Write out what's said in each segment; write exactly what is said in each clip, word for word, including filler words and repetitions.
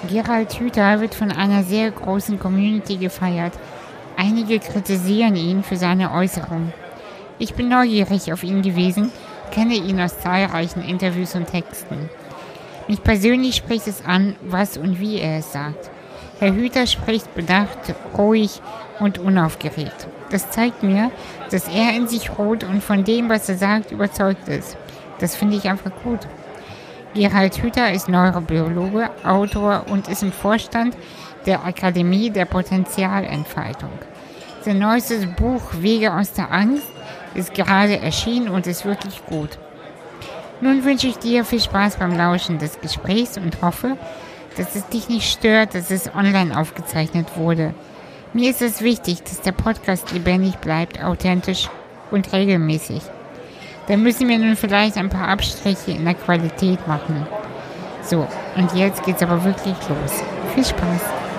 Gerald Hüther wird von einer sehr großen Community gefeiert. Einige kritisieren ihn für seine Äußerungen. Ich bin neugierig auf ihn gewesen, kenne ihn aus zahlreichen Interviews und Texten. Mich persönlich spricht es an, was und wie er es sagt. Herr Hüther spricht bedacht, ruhig und unaufgeregt. Das zeigt mir, dass er in sich ruht und von dem, was er sagt, überzeugt ist. Das finde ich einfach gut. Gerald Hüther ist Neurobiologe, Autor und ist im Vorstand der Akademie der Potenzialentfaltung. Sein neuestes Buch Wege aus der Angst ist gerade erschienen und ist wirklich gut. Nun wünsche ich dir viel Spaß beim Lauschen des Gesprächs und hoffe, dass es dich nicht stört, dass es online aufgezeichnet wurde. Mir ist es wichtig, dass der Podcast lebendig bleibt, authentisch und regelmäßig. Da müssen wir nun vielleicht ein paar Abstriche in der Qualität machen. So, und jetzt geht's aber wirklich los. Viel Spaß.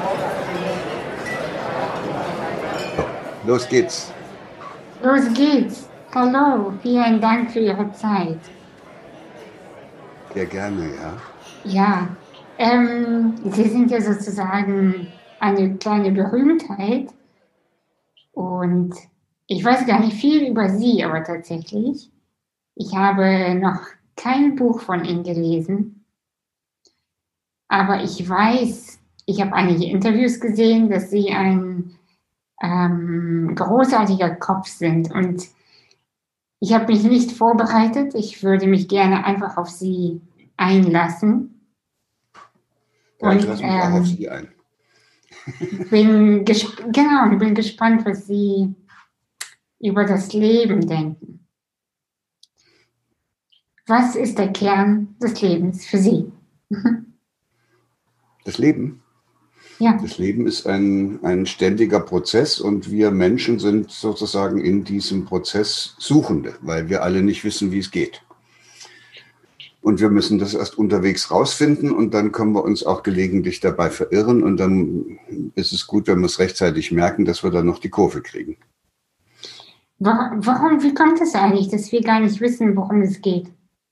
Los geht's. Los geht's. Hallo, vielen Dank für Ihre Zeit. Sehr gerne, ja. Ja, ähm, Sie sind ja sozusagen eine kleine Berühmtheit und ich weiß gar nicht viel über Sie, aber tatsächlich. Ich habe noch kein Buch von Ihnen gelesen, aber ich weiß, ich habe einige Interviews gesehen, dass Sie ein ähm, großartiger Kopf sind und ich habe mich nicht vorbereitet. Ich würde mich gerne einfach auf Sie einlassen. Ja, und, ich lasse mich ähm, auch auf Sie ein. bin gesp- genau, ich bin gespannt, was Sie über das Leben denken. Was ist der Kern des Lebens für Sie? Das Leben? Ja. Das Leben ist ein, ein ständiger Prozess und wir Menschen sind sozusagen in diesem Prozess Suchende, weil wir alle nicht wissen, wie es geht. Und wir müssen das erst unterwegs rausfinden und dann können wir uns auch gelegentlich dabei verirren und dann ist es gut, wenn wir es rechtzeitig merken, dass wir dann noch die Kurve kriegen. Warum, wie kommt es eigentlich, dass wir gar nicht wissen, worum es geht?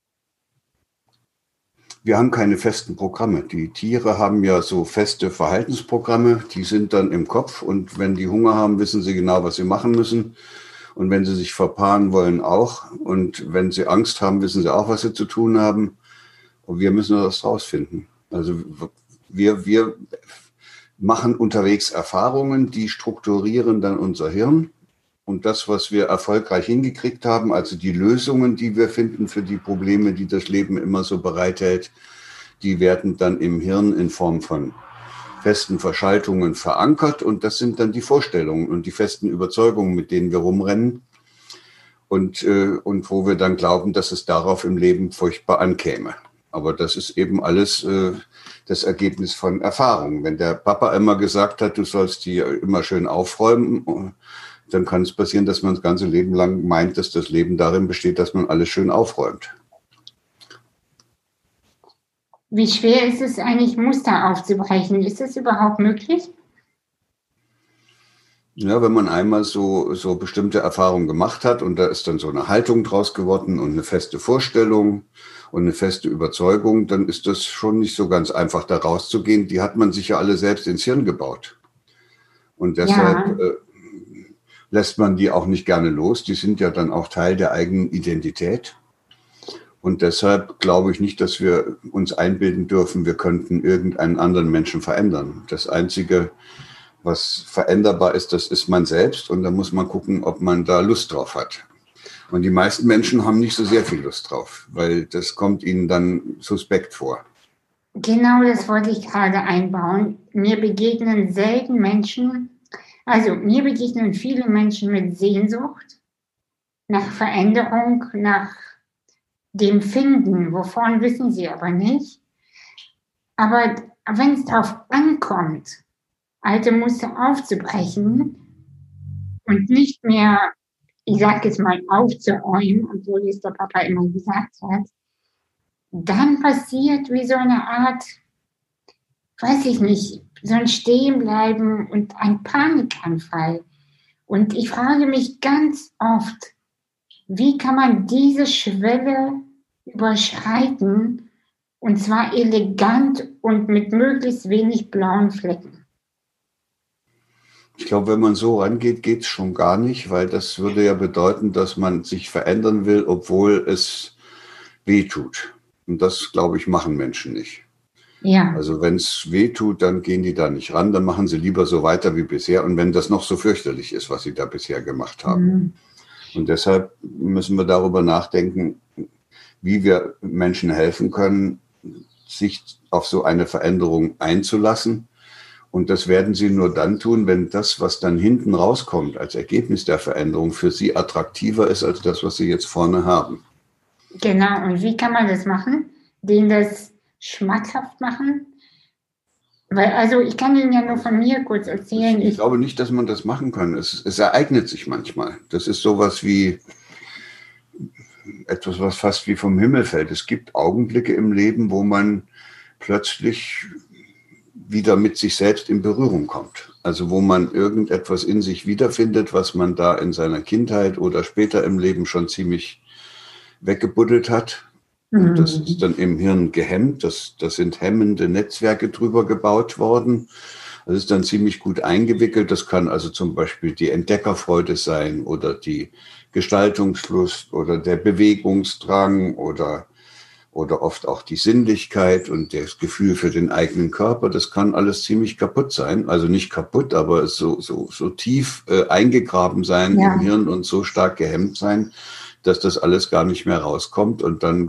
Wir haben keine festen Programme. Die Tiere haben ja so feste Verhaltensprogramme, die sind dann im Kopf und wenn die Hunger haben, wissen sie genau, was sie machen müssen. Und wenn sie sich verpaaren wollen, auch. Und wenn sie Angst haben, wissen sie auch, was sie zu tun haben. Und wir müssen das rausfinden. Also wir, wir machen unterwegs Erfahrungen, die strukturieren dann unser Hirn. Und das, was wir erfolgreich hingekriegt haben, also die Lösungen, die wir finden für die Probleme, die das Leben immer so bereithält, die werden dann im Hirn in Form von festen Verschaltungen verankert. Und das sind dann die Vorstellungen und die festen Überzeugungen, mit denen wir rumrennen. Und, äh, und wo wir dann glauben, dass es darauf im Leben furchtbar ankäme. Aber das ist eben alles äh, das Ergebnis von Erfahrungen. Wenn der Papa immer gesagt hat, du sollst die immer schön aufräumen, dann kann es passieren, dass man das ganze Leben lang meint, dass das Leben darin besteht, dass man alles schön aufräumt. Wie schwer ist es eigentlich, Muster aufzubrechen? Ist das überhaupt möglich? Ja, wenn man einmal so, so bestimmte Erfahrungen gemacht hat und da ist dann so eine Haltung draus geworden und eine feste Vorstellung und eine feste Überzeugung, dann ist das schon nicht so ganz einfach, da rauszugehen. Die hat man sich ja alle selbst ins Hirn gebaut. Und deshalb ja. äh, lässt man die auch nicht gerne los. Die sind ja dann auch Teil der eigenen Identität. Und deshalb glaube ich nicht, dass wir uns einbilden dürfen, wir könnten irgendeinen anderen Menschen verändern. Das Einzige, was veränderbar ist, das ist man selbst. Und da muss man gucken, ob man da Lust drauf hat. Und die meisten Menschen haben nicht so sehr viel Lust drauf, weil das kommt ihnen dann suspekt vor. Genau, das wollte ich gerade einbauen. Mir begegnen selten Menschen, also mir begegnen viele Menschen mit Sehnsucht nach Veränderung, nach dem Finden, wovon wissen sie aber nicht. Aber wenn es darauf ankommt, alte Muster aufzubrechen und nicht mehr, ich sage jetzt mal, aufzuräumen, obwohl es der Papa immer gesagt hat, dann passiert wie so eine Art, weiß ich nicht, so ein Stehenbleiben und ein Panikanfall. Und ich frage mich ganz oft, wie kann man diese Schwelle überschreiten Und zwar elegant und mit möglichst wenig blauen Flecken. Ich glaube, wenn man so rangeht, geht es schon gar nicht, weil das würde ja bedeuten, dass man sich verändern will, obwohl es weh tut. Und das, glaube ich, machen Menschen nicht. Ja. Also wenn es weh tut, dann gehen die da nicht ran, dann machen sie lieber so weiter wie bisher. Und wenn das noch so fürchterlich ist, was sie da bisher gemacht haben. Mhm. Und deshalb müssen wir darüber nachdenken, wie wir Menschen helfen können, sich auf so eine Veränderung einzulassen. Und das werden sie nur dann tun, wenn das, was dann hinten rauskommt, als Ergebnis der Veränderung für sie attraktiver ist, als das, was sie jetzt vorne haben. Genau, und wie kann man das machen? Denen das schmackhaft machen? Weil, also ich kann Ihnen ja nur von mir kurz erzählen. Ich, ich glaube nicht, dass man das machen kann. Es, es ereignet sich manchmal. Das ist sowas wie etwas, was fast wie vom Himmel fällt. Es gibt Augenblicke im Leben, wo man plötzlich wieder mit sich selbst in Berührung kommt. Also wo man irgendetwas in sich wiederfindet, was man da in seiner Kindheit oder später im Leben schon ziemlich weggebuddelt hat. Und das ist dann im Hirn gehemmt. Das, das sind hemmende Netzwerke drüber gebaut worden. Das ist dann ziemlich gut eingewickelt. Das kann also zum Beispiel die Entdeckerfreude sein oder die Gestaltungslust oder der Bewegungsdrang oder, oder oft auch die Sinnlichkeit und das Gefühl für den eigenen Körper. Das kann alles ziemlich kaputt sein. Also nicht kaputt, aber so, so, so tief äh, eingegraben sein ja. im Hirn und so stark gehemmt sein, dass das alles gar nicht mehr rauskommt. Und dann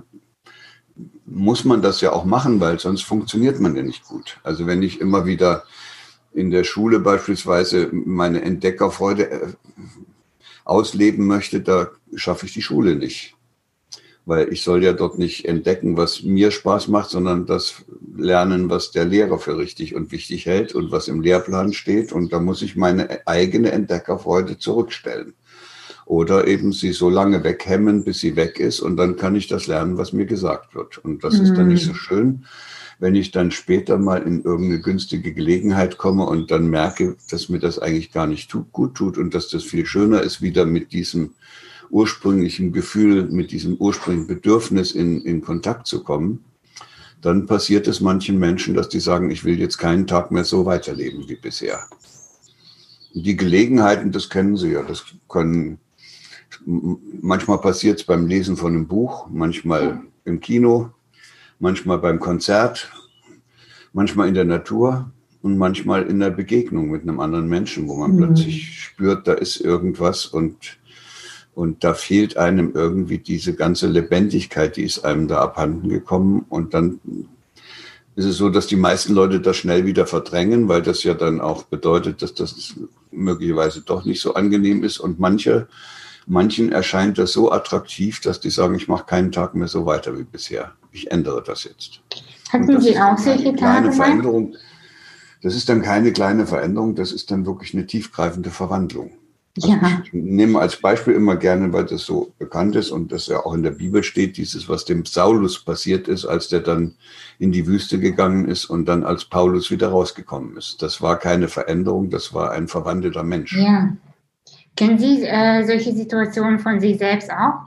muss man das ja auch machen, weil sonst funktioniert man ja nicht gut. Also wenn ich immer wieder in der Schule beispielsweise meine Entdeckerfreude ausleben möchte, da schaffe ich die Schule nicht. Weil ich soll ja dort nicht entdecken, was mir Spaß macht, sondern das lernen, was der Lehrer für richtig und wichtig hält und was im Lehrplan steht. Und da muss ich meine eigene Entdeckerfreude zurückstellen. Oder eben sie so lange weghemmen, bis sie weg ist. Und dann kann ich das lernen, was mir gesagt wird. Und das mhm. ist dann nicht so schön, wenn ich dann später mal in irgendeine günstige Gelegenheit komme und dann merke, dass mir das eigentlich gar nicht tut, gut tut und dass das viel schöner ist, wieder mit diesem ursprünglichen Gefühl, mit diesem ursprünglichen Bedürfnis in, in Kontakt zu kommen. Dann passiert es manchen Menschen, dass die sagen, ich will jetzt keinen Tag mehr so weiterleben wie bisher. Die Gelegenheiten, das kennen Sie ja, das können... Manchmal passiert es beim Lesen von einem Buch, manchmal im Kino, manchmal beim Konzert, manchmal in der Natur und manchmal in der Begegnung mit einem anderen Menschen, wo man mhm. plötzlich spürt, da ist irgendwas und, und da fehlt einem irgendwie diese ganze Lebendigkeit, die ist einem da abhanden gekommen. Und dann ist es so, dass die meisten Leute das schnell wieder verdrängen, weil das ja dann auch bedeutet, dass das möglicherweise doch nicht so angenehm ist. Und manche Manchen erscheint das so attraktiv, dass die sagen, ich mache keinen Tag mehr so weiter wie bisher. Ich ändere das jetzt. Hatten Sie auch solche Tage Veränderung. Das ist dann keine kleine Veränderung, das ist dann wirklich eine tiefgreifende Verwandlung. Also ja. Ich nehme als Beispiel immer gerne, weil das so bekannt ist und das ja auch in der Bibel steht, dieses, was dem Saulus passiert ist, als der dann in die Wüste gegangen ist und dann als Paulus wieder rausgekommen ist. Das war keine Veränderung, das war ein verwandelter Mensch. Ja. Kennen Sie äh, solche Situationen von sich selbst auch?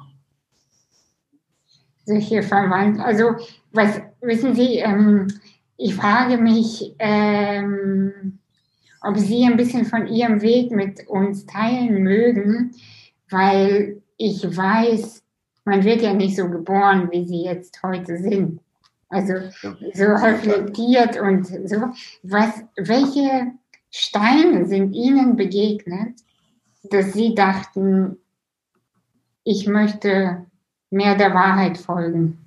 Solche Verwandlungen? Also, was, wissen Sie, ähm, ich frage mich, ähm, ob Sie ein bisschen von Ihrem Weg mit uns teilen mögen, weil ich weiß, man wird ja nicht so geboren, wie Sie jetzt heute sind. Also, so reflektiert und so. Was, welche Steine sind Ihnen begegnet, dass Sie dachten, ich möchte mehr der Wahrheit folgen?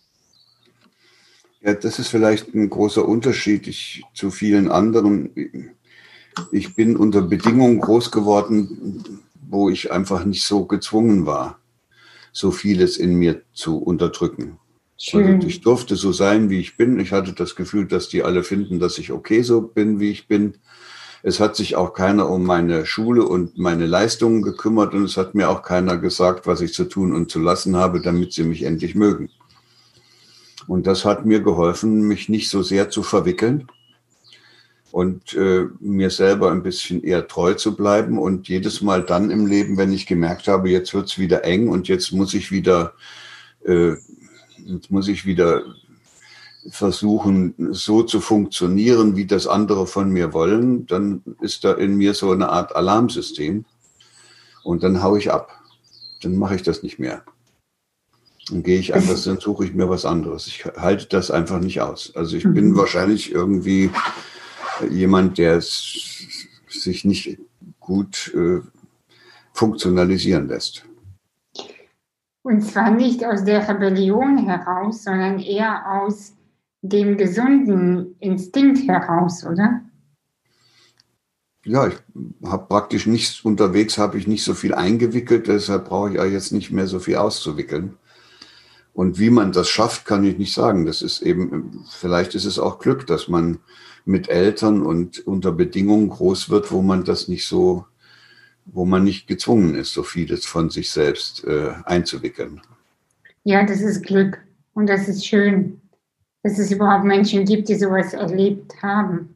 Ja, das ist vielleicht ein großer Unterschied ich, zu vielen anderen. Ich bin unter Bedingungen groß geworden, wo ich einfach nicht so gezwungen war, so vieles in mir zu unterdrücken. Schön. Also ich durfte so sein, wie ich bin. Ich hatte das Gefühl, dass die alle finden, dass ich okay so bin, wie ich bin. Es hat sich auch keiner um meine Schule und meine Leistungen gekümmert und es hat mir auch keiner gesagt, was ich zu tun und zu lassen habe, damit sie mich endlich mögen. Und das hat mir geholfen, mich nicht so sehr zu verwickeln und äh, mir selber ein bisschen eher treu zu bleiben. Und jedes Mal dann im Leben, wenn ich gemerkt habe, jetzt wird es wieder eng und jetzt muss ich wieder, äh, jetzt muss ich wieder versuchen, so zu funktionieren, wie das andere von mir wollen, dann ist da in mir so eine Art Alarmsystem und dann haue ich ab. Dann mache ich das nicht mehr. Dann gehe ich anders, dann suche ich mir was anderes. Ich halte das einfach nicht aus. Also ich bin wahrscheinlich irgendwie jemand, der es sich nicht gut äh, funktionalisieren lässt. Und zwar nicht aus der Rebellion heraus, sondern eher aus dem gesunden Instinkt heraus, oder? Ja, ich habe praktisch nichts unterwegs, habe ich nicht so viel eingewickelt, deshalb brauche ich ja jetzt nicht mehr so viel auszuwickeln. Und wie man das schafft, kann ich nicht sagen. Das ist eben, vielleicht ist es auch Glück, dass man mit Eltern und unter Bedingungen groß wird, wo man das nicht so, wo man nicht gezwungen ist, so vieles von sich selbst äh, einzuwickeln. Ja, das ist Glück und das ist schön, dass es überhaupt Menschen gibt, die sowas erlebt haben.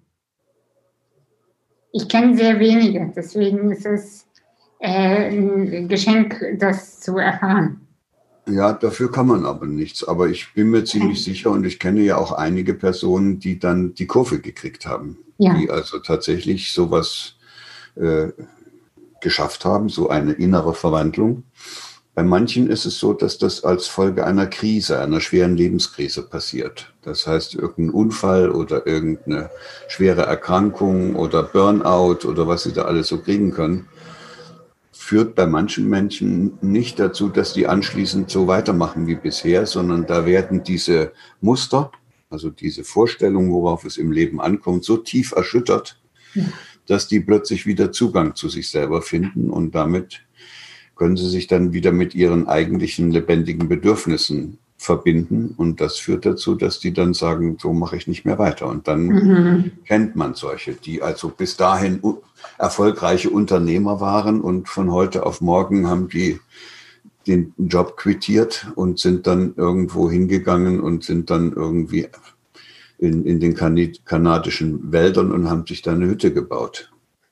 Ich kenne sehr wenige, deswegen ist es äh, ein Geschenk, das zu erfahren. Ja, dafür kann man aber nichts. Aber ich bin mir ziemlich sicher und ich kenne ja auch einige Personen, die dann die Kurve gekriegt haben. Ja. Die also tatsächlich sowas äh, geschafft haben, so eine innere Verwandlung. Bei manchen ist es so, dass das als Folge einer Krise, einer schweren Lebenskrise passiert. Das heißt, irgendein Unfall oder irgendeine schwere Erkrankung oder Burnout oder was sie da alles so kriegen können, führt bei manchen Menschen nicht dazu, dass die anschließend so weitermachen wie bisher, sondern da werden diese Muster, also diese Vorstellungen, worauf es im Leben ankommt, so tief erschüttert, ja, dass die plötzlich wieder Zugang zu sich selber finden und damit können sie sich dann wieder mit ihren eigentlichen lebendigen Bedürfnissen verbinden. Und das führt dazu, dass die dann sagen, so mache ich nicht mehr weiter. Und dann mhm. kennt man solche, die also bis dahin erfolgreiche Unternehmer waren und von heute auf morgen haben die den Job quittiert und sind dann irgendwo hingegangen und sind dann irgendwie in, in den kanadischen Wäldern und haben sich da eine Hütte gebaut.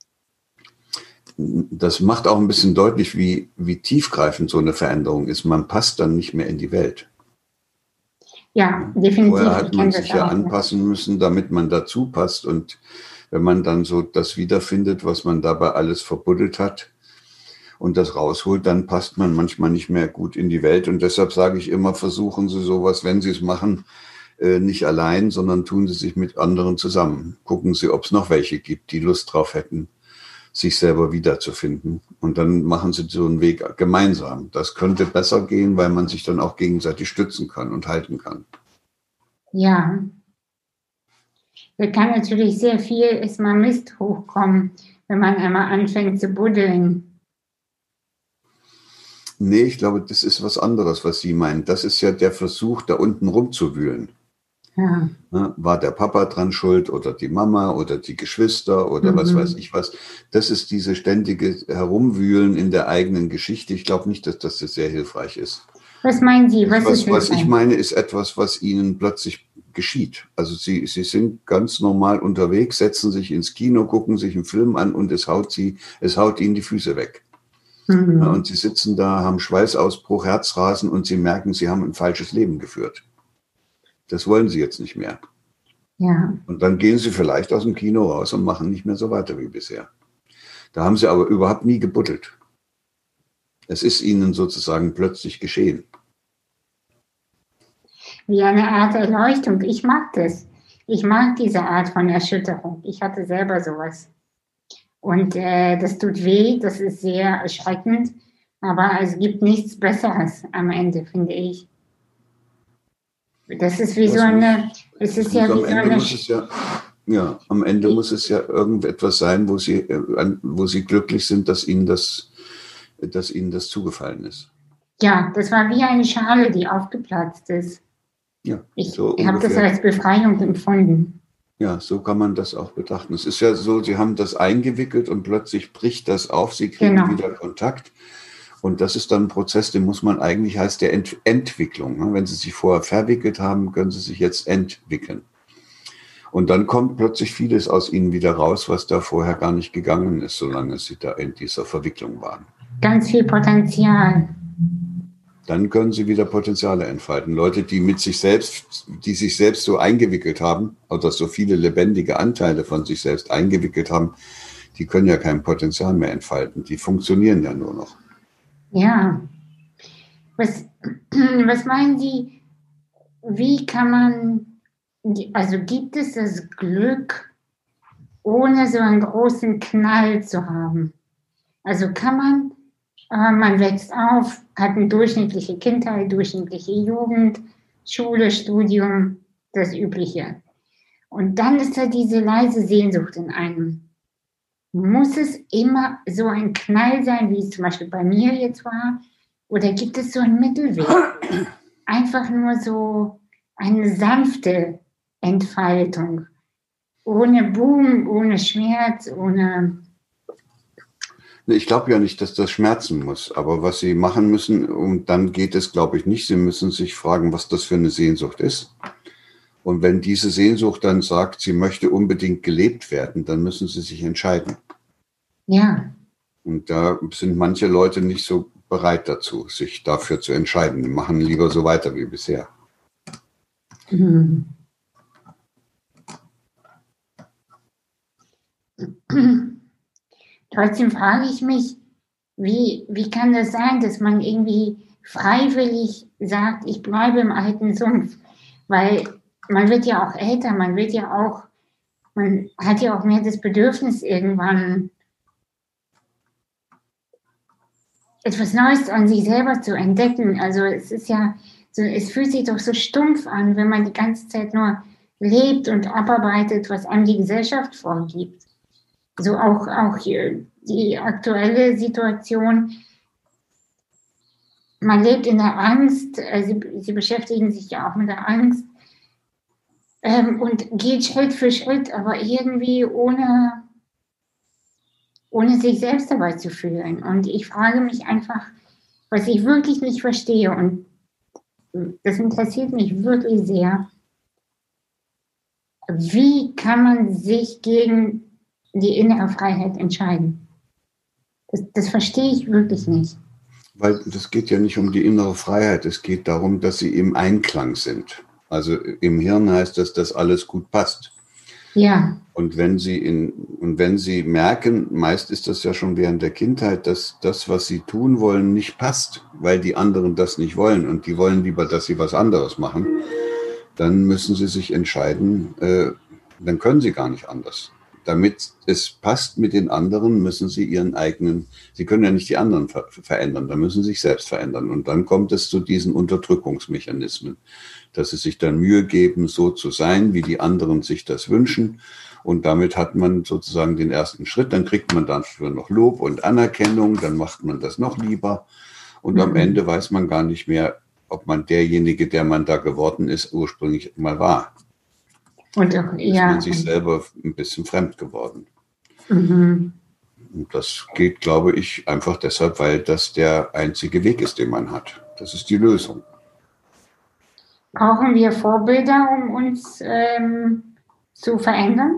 Das macht auch ein bisschen deutlich, wie, wie tiefgreifend so eine Veränderung ist. Man passt dann nicht mehr in die Welt. Ja, definitiv. Vorher hat man sich ja anpassen müssen, damit man dazu passt. Und wenn man dann so das wiederfindet, was man dabei alles verbuddelt hat und das rausholt, dann passt man manchmal nicht mehr gut in die Welt. Und deshalb sage ich immer, versuchen Sie sowas, wenn Sie es machen, nicht allein, sondern tun Sie sich mit anderen zusammen. Gucken Sie, ob es noch welche gibt, die Lust drauf hätten, sich selber wiederzufinden. Und dann machen sie so einen Weg gemeinsam. Das könnte besser gehen, weil man sich dann auch gegenseitig stützen kann und halten kann. Ja. Da kann natürlich sehr viel erstmal Mist hochkommen, wenn man einmal anfängt zu buddeln. Nee, ich glaube, das ist was anderes, was Sie meinen. Das ist ja der Versuch, da unten rumzuwühlen. Ja. War der Papa dran schuld oder die Mama oder die Geschwister oder mhm. was weiß ich was. Das ist diese ständige Herumwühlen in der eigenen Geschichte. Ich glaube nicht, dass das sehr hilfreich ist. Was meinen Sie? Was, was, ist was ich meine, ist etwas, was Ihnen plötzlich geschieht. Also Sie, Sie sind ganz normal unterwegs, setzen sich ins Kino, gucken sich einen Film an und es haut, sie, es haut Ihnen die Füße weg. Mhm. Und Sie sitzen da, haben Schweißausbruch, Herzrasen und Sie merken, Sie haben ein falsches Leben geführt. Das wollen Sie jetzt nicht mehr. Ja. Und dann gehen Sie vielleicht aus dem Kino raus und machen nicht mehr so weiter wie bisher. Da haben Sie aber überhaupt nie gebuddelt. Es ist Ihnen sozusagen plötzlich geschehen. Wie eine Art Erleuchtung. Ich mag das. Ich mag diese Art von Erschütterung. Ich hatte selber sowas. Und äh, das tut weh, das ist sehr erschreckend. Aber es gibt nichts Besseres am Ende, finde ich. Das ist wie das so eine, es ist ja wie so eine... Ja, ja, am Ende ich, muss es ja irgendetwas sein, wo Sie, wo Sie glücklich sind, dass Ihnen das, dass Ihnen das zugefallen ist. Ja, das war wie eine Schale, die aufgeplatzt ist. Ja, ich so habe das als Befreiung empfunden. Ja, so kann man das auch betrachten. Es ist ja so, Sie haben das eingewickelt und plötzlich bricht das auf, Sie kriegen genau. wieder Kontakt. Und das ist dann ein Prozess, den muss man eigentlich, heißt der Ent- Entwicklung. Wenn Sie sich vorher verwickelt haben, können Sie sich jetzt entwickeln. Und dann kommt plötzlich vieles aus Ihnen wieder raus, was da vorher gar nicht gegangen ist, solange Sie da in dieser Verwicklung waren. Ganz viel Potenzial. Dann können sie wieder Potenziale entfalten. Leute, die mit sich selbst, die sich selbst so eingewickelt haben, oder so viele lebendige Anteile von sich selbst eingewickelt haben, die können ja kein Potenzial mehr entfalten. Die funktionieren ja nur noch. Ja. Was, was meinen Sie, wie kann man, also gibt es das Glück, ohne so einen großen Knall zu haben? Also kann man, äh, man wächst auf, hat eine durchschnittliche Kindheit, durchschnittliche Jugend, Schule, Studium, das Übliche. Und dann ist da diese leise Sehnsucht in einem. Muss es immer so ein Knall sein, wie es zum Beispiel bei mir jetzt war? Oder gibt es so einen Mittelweg? Einfach nur so eine sanfte Entfaltung. Ohne Boom, ohne Schmerz, ohne... Ich glaube ja nicht, dass das schmerzen muss. Aber was Sie machen müssen, und dann geht es, glaube ich, nicht. Sie müssen sich fragen, was das für eine Sehnsucht ist. Und wenn diese Sehnsucht dann sagt, sie möchte unbedingt gelebt werden, dann müssen Sie sich entscheiden. Ja. Und da sind manche Leute nicht so bereit dazu, sich dafür zu entscheiden. Die machen lieber so weiter wie bisher. Mhm. Trotzdem frage ich mich, wie, wie kann das sein, dass man irgendwie freiwillig sagt, ich bleibe im alten Sumpf? Weil man wird ja auch älter, man wird ja auch, man hat ja auch mehr das Bedürfnis, irgendwann etwas Neues an sich selber zu entdecken. Also es ist ja, so, es fühlt sich doch so stumpf an, wenn man die ganze Zeit nur lebt und abarbeitet, was einem die Gesellschaft vorgibt. So auch, auch hier die aktuelle Situation. Man lebt in der Angst, äh, sie, sie beschäftigen sich ja auch mit der Angst ähm, und geht Schritt für Schritt, aber irgendwie ohne, ohne sich selbst dabei zu fühlen. Und ich frage mich einfach, was ich wirklich nicht verstehe, und das interessiert mich wirklich sehr, wie kann man sich gegen die innere Freiheit entscheiden? Das, das verstehe ich wirklich nicht. Weil das geht ja nicht um die innere Freiheit, es geht darum, dass sie im Einklang sind. Also im Hirn heißt das, dass alles gut passt. Ja. Und wenn sie in, und wenn sie merken, meist ist das ja schon während der Kindheit, dass das, was sie tun wollen, nicht passt, weil die anderen das nicht wollen und die wollen lieber, dass sie was anderes machen, dann müssen sie sich entscheiden, äh, dann können sie gar nicht anders. Damit es passt mit den anderen, müssen sie ihren eigenen, sie können ja nicht die anderen ver verändern, dann müssen sie sich selbst verändern. Und dann kommt es zu diesen Unterdrückungsmechanismen, dass sie sich dann Mühe geben, so zu sein, wie die anderen sich das wünschen. Und damit hat man sozusagen den ersten Schritt, dann kriegt man dafür noch Lob und Anerkennung, dann macht man das noch lieber. Und mhm. am Ende weiß man gar nicht mehr, ob man derjenige, der man da geworden ist, ursprünglich mal war. Und auch, ja. Ist man sich selber ein bisschen fremd geworden. Mhm. Und das geht, glaube ich, einfach deshalb, weil das der einzige Weg ist, den man hat. Das ist die Lösung. Brauchen wir Vorbilder, um uns ähm, zu verändern?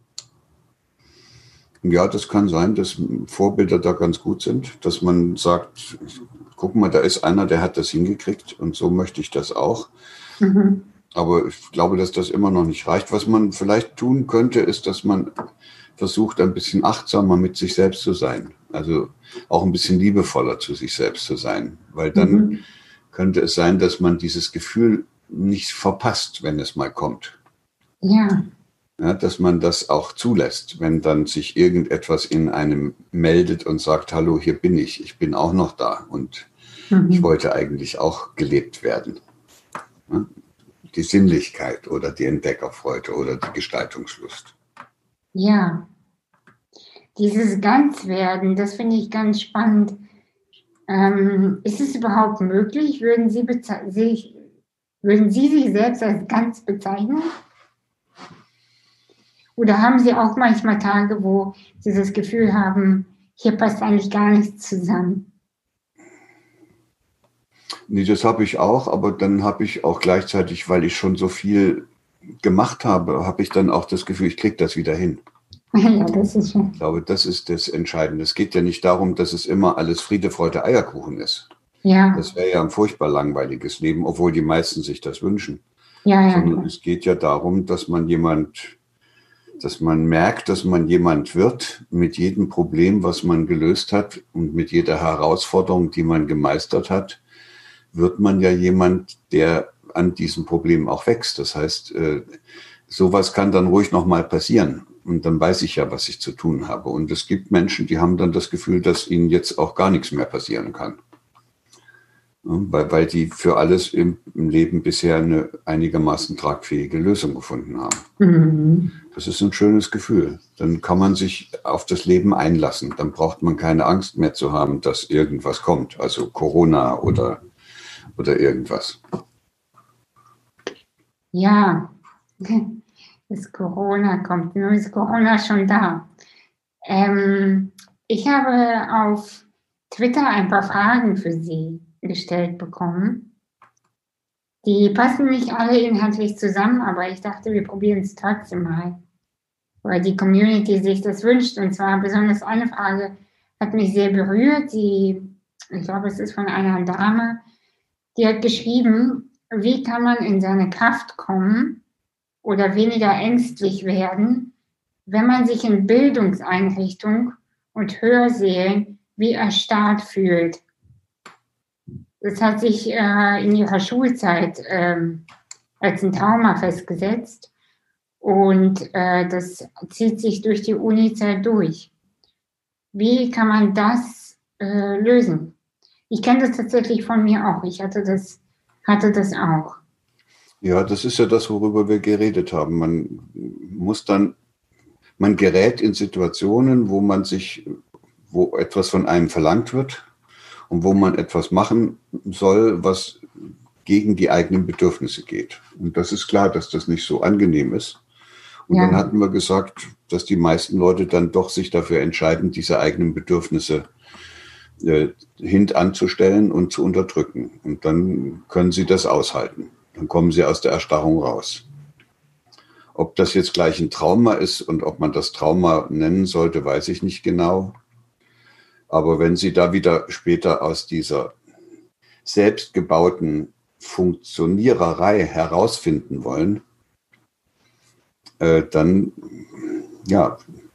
Ja, das kann sein, dass Vorbilder da ganz gut sind, dass man sagt, guck mal, da ist einer, der hat das hingekriegt und so möchte ich das auch. Mhm. Aber ich glaube, dass das immer noch nicht reicht. Was man vielleicht tun könnte, ist, dass man versucht, ein bisschen achtsamer mit sich selbst zu sein. Also auch ein bisschen liebevoller zu sich selbst zu sein. Weil dann mhm. könnte es sein, dass man dieses Gefühl nicht verpasst, wenn es mal kommt. Ja. Ja, dass man das auch zulässt, wenn dann sich irgendetwas in einem meldet und sagt, hallo, hier bin ich, ich bin auch noch da und mhm. ich wollte eigentlich auch gelebt werden. Ja? Die Sinnlichkeit oder die Entdeckerfreude oder die Gestaltungslust. Ja, dieses Ganzwerden, das finde ich ganz spannend. Ähm, ist es überhaupt möglich? Würden Sie, sich, würden Sie sich selbst als ganz bezeichnen? Oder haben Sie auch manchmal Tage, wo Sie das Gefühl haben, hier passt eigentlich gar nichts zusammen? Nee, das habe ich auch, aber dann habe ich auch gleichzeitig, weil ich schon so viel gemacht habe, habe ich dann auch das Gefühl, ich kriege das wieder hin. Ja, das ist schön. Ich glaube, das ist das Entscheidende. Es geht ja nicht darum, dass es immer alles Friede, Freude, Eierkuchen ist. Ja, Das wäre ja ein furchtbar langweiliges Leben, obwohl die meisten sich das wünschen. ja, ja, Sondern klar. es geht ja darum, dass man jemand, dass man merkt, dass man jemand wird mit jedem Problem, was man gelöst hat und mit jeder Herausforderung, die man gemeistert hat, wird man ja jemand, der an diesem Problem auch wächst. Das heißt, äh, sowas kann dann ruhig nochmal passieren. Und dann weiß ich ja, was ich zu tun habe. Und es gibt Menschen, die haben dann das Gefühl, dass ihnen jetzt auch gar nichts mehr passieren kann. Ja, weil, weil die für alles im, im Leben bisher eine einigermaßen tragfähige Lösung gefunden haben. Mhm. Das ist ein schönes Gefühl. Dann kann man sich auf das Leben einlassen. Dann braucht man keine Angst mehr zu haben, dass irgendwas kommt. Also Corona oder, oder irgendwas. Ja, das Corona kommt. Nun ist Corona schon da. Ähm, ich habe auf Twitter ein paar Fragen für Sie gestellt bekommen. Die passen nicht alle inhaltlich zusammen, aber ich dachte, wir probieren es trotzdem mal, weil die Community sich das wünscht. Und zwar besonders eine Frage hat mich sehr berührt. Die, ich glaube, es ist von einer Dame, die hat geschrieben, wie kann man in seine Kraft kommen oder weniger ängstlich werden, wenn man sich in Bildungseinrichtungen und Hörsälen wie erstarrt fühlt. Das hat sich äh, in ihrer Schulzeit ähm, als ein Trauma festgesetzt und äh, das zieht sich durch die Uni-Zeit durch. Wie kann man das äh, lösen? Ich kenne das tatsächlich von mir auch. Ich hatte das, hatte das auch. Ja, das ist ja das, worüber wir geredet haben. Man muss dann, man gerät in Situationen, wo man sich, wo etwas von einem verlangt wird und wo man etwas machen soll, was gegen die eigenen Bedürfnisse geht. Und das ist klar, dass das nicht so angenehm ist. Und Ja. dann hatten wir gesagt, dass die meisten Leute dann doch sich dafür entscheiden, diese eigenen Bedürfnisse äh, hintanzustellen und zu unterdrücken. Und dann können sie das aushalten. Dann kommen sie aus der Erstarrung raus. Ob das jetzt gleich ein Trauma ist und ob man das Trauma nennen sollte, weiß ich nicht genau. Aber wenn Sie da wieder später aus dieser selbstgebauten Funktioniererei herausfinden wollen, äh, dann, ja,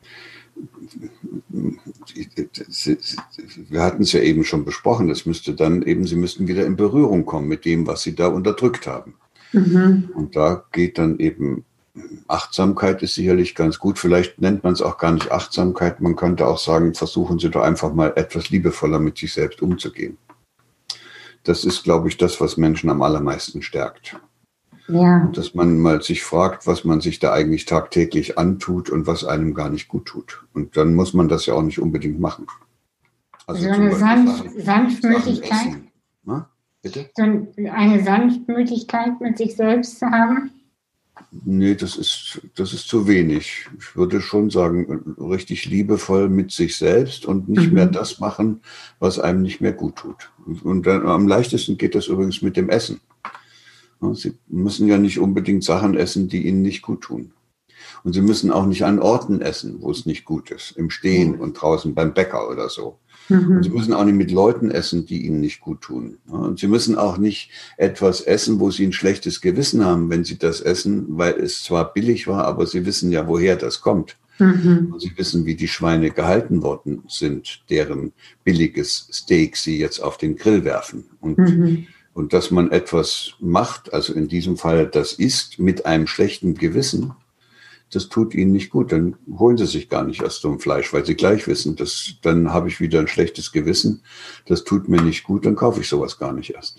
wir hatten es ja eben schon besprochen, es müsste dann eben, Sie müssten wieder in Berührung kommen mit dem, was Sie da unterdrückt haben. Mhm. Und da geht dann eben Achtsamkeit ist sicherlich ganz gut. Vielleicht nennt man es auch gar nicht Achtsamkeit. Man könnte auch sagen, versuchen Sie doch einfach mal etwas liebevoller mit sich selbst umzugehen. Das ist, glaube ich, das, was Menschen am allermeisten stärkt. Ja. Und dass man mal sich fragt, was man sich da eigentlich tagtäglich antut und was einem gar nicht gut tut. Und dann muss man das ja auch nicht unbedingt machen. Also so eine Sanft Sachen, Sanftmütigkeit. Na, bitte? So eine Sanftmütigkeit mit sich selbst zu haben. Nee, das ist, das ist zu wenig. Ich würde schon sagen, richtig liebevoll mit sich selbst und nicht mhm. mehr das machen, was einem nicht mehr gut tut. Und dann, am leichtesten geht das übrigens mit dem Essen. Sie müssen ja nicht unbedingt Sachen essen, die Ihnen nicht gut tun. Und Sie müssen auch nicht an Orten essen, wo es nicht gut ist. Im Stehen mhm. und draußen beim Bäcker oder so. Und Sie müssen auch nicht mit Leuten essen, die Ihnen nicht gut tun. Und Sie müssen auch nicht etwas essen, wo Sie ein schlechtes Gewissen haben, wenn Sie das essen, weil es zwar billig war, aber Sie wissen ja, woher das kommt. Mhm. Und Sie wissen, wie die Schweine gehalten worden sind, deren billiges Steak Sie jetzt auf den Grill werfen. Und, mhm. und dass man etwas macht, also in diesem Fall das isst, mit einem schlechten Gewissen, das tut Ihnen nicht gut, dann holen Sie sich gar nicht erst so ein Fleisch, weil Sie gleich wissen, dass, dann habe ich wieder ein schlechtes Gewissen, das tut mir nicht gut, dann kaufe ich sowas gar nicht erst.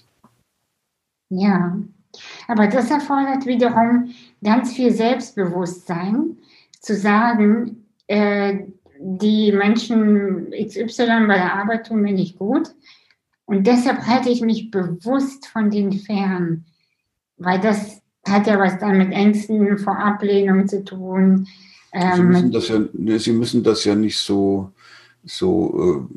Ja, aber das erfordert wiederum ganz viel Selbstbewusstsein, zu sagen, äh, die Menschen X Y bei der Arbeit tun mir nicht gut und deshalb halte ich mich bewusst von denen fern, weil das hat ja was dann mit Ängsten vor Ablehnung zu tun. Ähm, Sie, müssen das ja, Sie müssen das ja nicht so, so,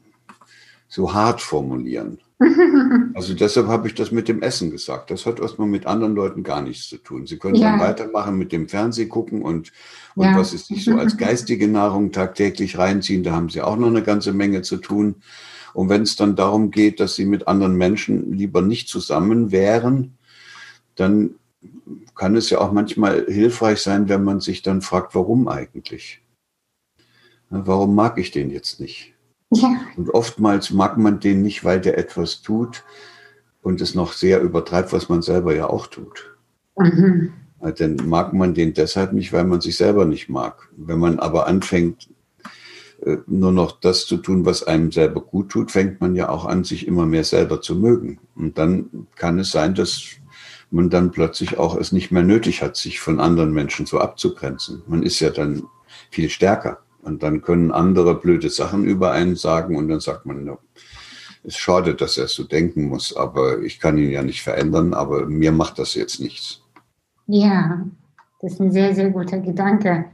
so hart formulieren. Also deshalb habe ich das mit dem Essen gesagt. Das hat erstmal mit anderen Leuten gar nichts zu tun. Sie können ja. dann weitermachen mit dem Fernseh gucken und, und ja. was ist sich so als geistige Nahrung tagtäglich reinziehen. Da haben Sie auch noch eine ganze Menge zu tun. Und wenn es dann darum geht, dass sie mit anderen Menschen lieber nicht zusammen wären, dann kann es ja auch manchmal hilfreich sein, wenn man sich dann fragt, warum eigentlich? Warum mag ich den jetzt nicht? Ja. Und oftmals mag man den nicht, weil der etwas tut und es noch sehr übertreibt, was man selber ja auch tut. Mhm. Dann mag man den deshalb nicht, weil man sich selber nicht mag. Wenn man aber anfängt, nur noch das zu tun, was einem selber gut tut, fängt man ja auch an, sich immer mehr selber zu mögen. Und dann kann es sein, dass man dann plötzlich auch es nicht mehr nötig hat, sich von anderen Menschen so abzugrenzen. Man ist ja dann viel stärker. Und dann können andere blöde Sachen über einen sagen und dann sagt man, no, es ist schade, dass er so denken muss, aber ich kann ihn ja nicht verändern, aber mir macht das jetzt nichts. Ja, das ist ein sehr, sehr guter Gedanke.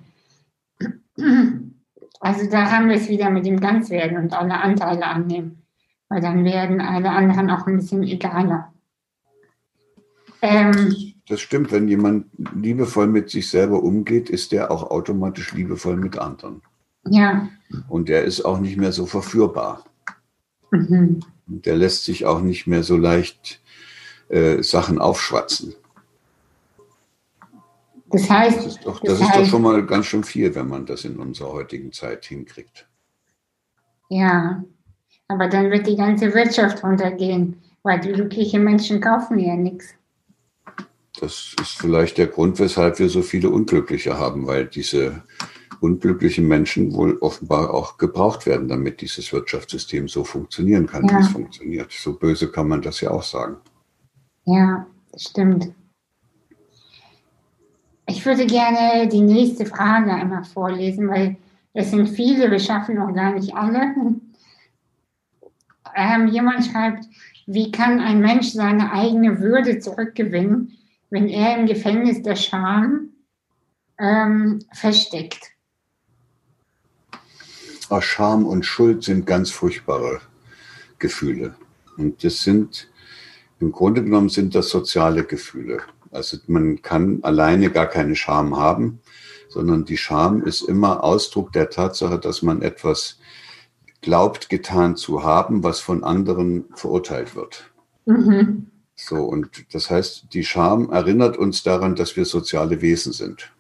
Also da haben wir es wieder mit dem Ganzwerden und alle Anteile annehmen, weil dann werden alle anderen auch ein bisschen egaler. Ähm, das stimmt, wenn jemand liebevoll mit sich selber umgeht, ist der auch automatisch liebevoll mit anderen. Ja. Und der ist auch nicht mehr so verführbar. Mhm. Der lässt sich auch nicht mehr so leicht äh, Sachen aufschwatzen. Das heißt, das ist, doch, das das ist heißt, doch schon mal ganz schön viel, wenn man das in unserer heutigen Zeit hinkriegt. Ja, aber dann wird die ganze Wirtschaft runtergehen, weil die glückliche Menschen kaufen ja nichts. Das ist vielleicht der Grund, weshalb wir so viele Unglückliche haben, weil diese unglücklichen Menschen wohl offenbar auch gebraucht werden, damit dieses Wirtschaftssystem so funktionieren kann, Ja. wie es funktioniert. So böse kann man das ja auch sagen. Ja, das stimmt. Ich würde gerne die nächste Frage einmal vorlesen, weil es sind viele, wir schaffen noch gar nicht alle. Ähm, jemand schreibt, wie kann ein Mensch seine eigene Würde zurückgewinnen, wenn er im Gefängnis der Scham ähm, feststeckt? Ach, Scham und Schuld sind ganz furchtbare Gefühle. Und das sind, im Grunde genommen sind das soziale Gefühle. Also man kann alleine gar keine Scham haben, sondern die Scham ist immer Ausdruck der Tatsache, dass man etwas glaubt, getan zu haben, was von anderen verurteilt wird. Mhm. So, und das heißt, die Scham erinnert uns daran, dass wir soziale Wesen sind.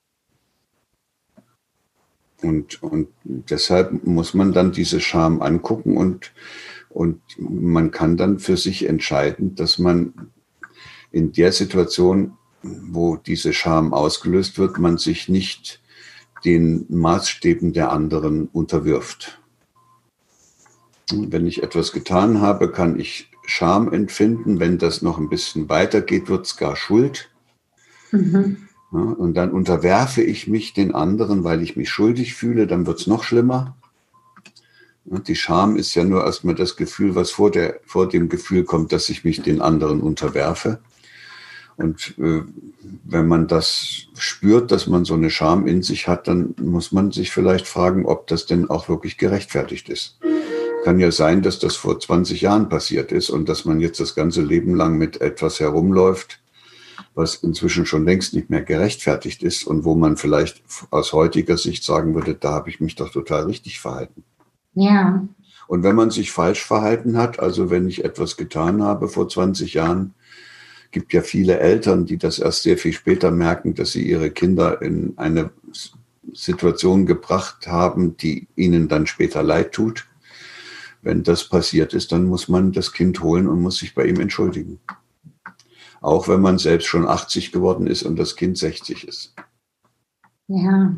Und, und deshalb muss man dann diese Scham angucken und, und man kann dann für sich entscheiden, dass man in der Situation, wo diese Scham ausgelöst wird, man sich nicht den Maßstäben der anderen unterwirft. Wenn ich etwas getan habe, kann ich Scham empfinden. Wenn das noch ein bisschen weitergeht, wird es gar Schuld. Mhm. Ja, und dann unterwerfe ich mich den anderen, weil ich mich schuldig fühle, dann wird es noch schlimmer. Ja, die Scham ist ja nur erstmal das Gefühl, was vor, der, vor dem Gefühl kommt, dass ich mich den anderen unterwerfe. Und äh, wenn man das spürt, dass man so eine Scham in sich hat, dann muss man sich vielleicht fragen, ob das denn auch wirklich gerechtfertigt ist. Kann ja sein, dass das vor zwanzig Jahren passiert ist und dass man jetzt das ganze Leben lang mit etwas herumläuft, was inzwischen schon längst nicht mehr gerechtfertigt ist und wo man vielleicht aus heutiger Sicht sagen würde, da habe ich mich doch total richtig verhalten. Ja. Und wenn man sich falsch verhalten hat, also wenn ich etwas getan habe vor zwanzig Jahren, gibt ja viele Eltern, die das erst sehr viel später merken, dass sie ihre Kinder in eine Situation gebracht haben, die ihnen dann später leid tut. Wenn das passiert ist, dann muss man das Kind holen und muss sich bei ihm entschuldigen. Auch wenn man selbst schon achtzig geworden ist und das Kind sechzig ist. Ja.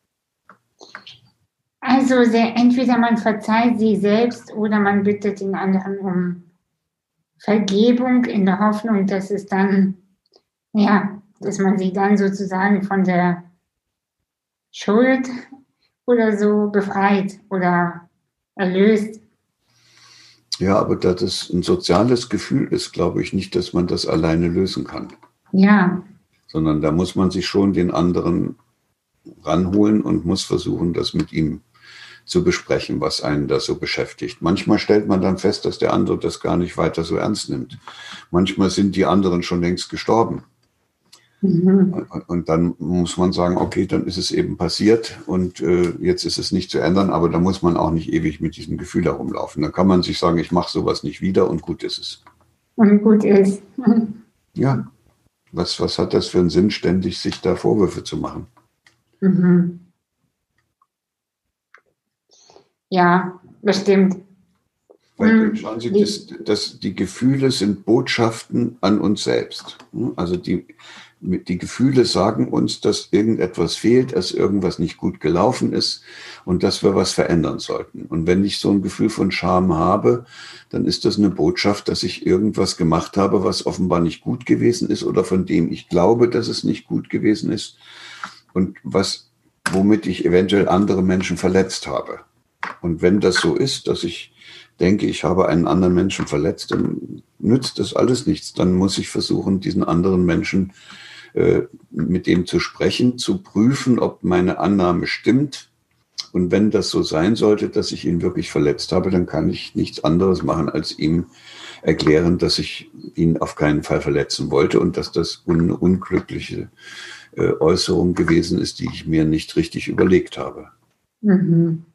Also sehr, entweder man verzeiht sie selbst oder man bittet den anderen um Vergebung in der Hoffnung, dass es dann, ja, dass man sie dann sozusagen von der Schuld oder so befreit oder erlöst. Ja, aber da das ein soziales Gefühl ist, glaube ich nicht, dass man das alleine lösen kann. Ja. Sondern da muss man sich schon den anderen ranholen und muss versuchen, das mit ihm zu besprechen, was einen da so beschäftigt. Manchmal stellt man dann fest, dass der andere das gar nicht weiter so ernst nimmt. Manchmal sind die anderen schon längst gestorben. Mhm. Und, und dann muss man sagen, okay, dann ist es eben passiert und äh, jetzt ist es nicht zu ändern, aber da muss man auch nicht ewig mit diesem Gefühl herumlaufen. Dann kann man sich sagen, ich mache sowas nicht wieder und gut ist es. Und gut ist. Ja, was, was hat das für einen Sinn, ständig sich da Vorwürfe zu machen? Mhm. Ja, bestimmt. Weil, schauen Sie, das, das, die Gefühle sind Botschaften an uns selbst. Also die, die Gefühle sagen uns, dass irgendetwas fehlt, dass irgendwas nicht gut gelaufen ist und dass wir was verändern sollten. Und wenn ich so ein Gefühl von Scham habe, dann ist das eine Botschaft, dass ich irgendwas gemacht habe, was offenbar nicht gut gewesen ist oder von dem ich glaube, dass es nicht gut gewesen ist und was, womit ich eventuell andere Menschen verletzt habe. Und wenn das so ist, dass ich denke, ich habe einen anderen Menschen verletzt, dann nützt das alles nichts. Dann muss ich versuchen, diesen anderen Menschen äh, mit dem zu sprechen, zu prüfen, ob meine Annahme stimmt. Und wenn das so sein sollte, dass ich ihn wirklich verletzt habe, dann kann ich nichts anderes machen, als ihm erklären, dass ich ihn auf keinen Fall verletzen wollte und dass das eine unglückliche äh, Äußerung gewesen ist, die ich mir nicht richtig überlegt habe. Mhm.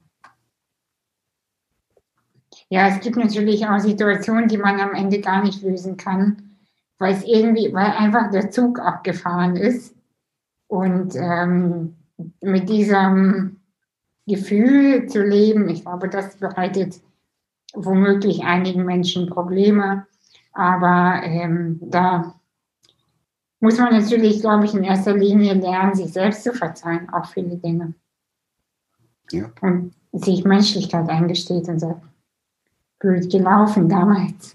Ja, es gibt natürlich auch Situationen, die man am Ende gar nicht lösen kann, weil es irgendwie, weil einfach der Zug abgefahren ist. Und ähm, mit diesem Gefühl zu leben, ich glaube, das bereitet womöglich einigen Menschen Probleme. Aber ähm, da muss man natürlich, glaube ich, in erster Linie lernen, sich selbst zu verzeihen, auch viele Dinge. Ja. Und sich Menschlichkeit eingesteht und sagt, blöd gelaufen damals.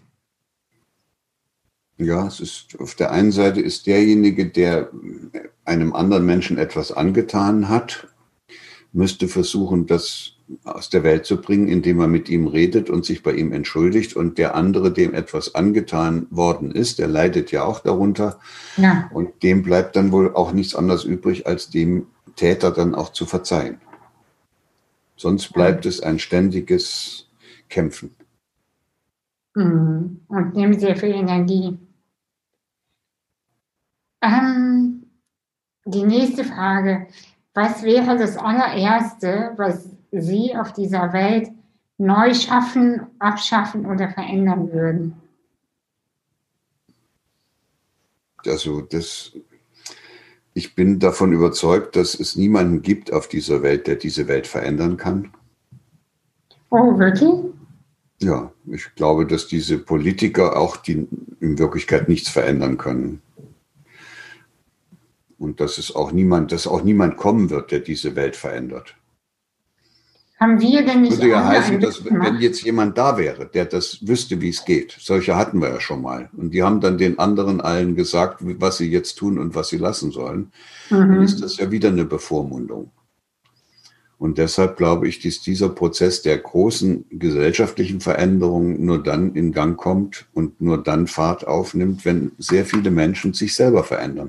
Ja, es ist auf der einen Seite ist derjenige, der einem anderen Menschen etwas angetan hat, müsste versuchen, das aus der Welt zu bringen, indem er mit ihm redet und sich bei ihm entschuldigt. Und der andere, dem etwas angetan worden ist, der leidet ja auch darunter. Ja. Und dem bleibt dann wohl auch nichts anderes übrig, als dem Täter dann auch zu verzeihen. Sonst bleibt ja. es ein ständiges Kämpfen. Mhm. Und nimmt sehr viel Energie. Ähm, die nächste Frage. Was wäre das allererste, was Sie auf dieser Welt neu schaffen, abschaffen oder verändern würden? Also das, ich bin davon überzeugt, dass es niemanden gibt auf dieser Welt, der diese Welt verändern kann. Oh, wirklich? Ja, ich glaube, dass diese Politiker auch die in Wirklichkeit nichts verändern können. Und dass es auch niemand, dass auch niemand kommen wird, der diese Welt verändert. Haben wir denn nicht Würde ja heißen, dass wenn jetzt jemand da wäre, der das wüsste, wie es geht. Solche hatten wir ja schon mal. Und die haben dann den anderen allen gesagt, was sie jetzt tun und was sie lassen sollen. Mhm. Dann ist das ja wieder eine Bevormundung. Und deshalb glaube ich, dass dieser Prozess der großen gesellschaftlichen Veränderung nur dann in Gang kommt und nur dann Fahrt aufnimmt, wenn sehr viele Menschen sich selber verändern.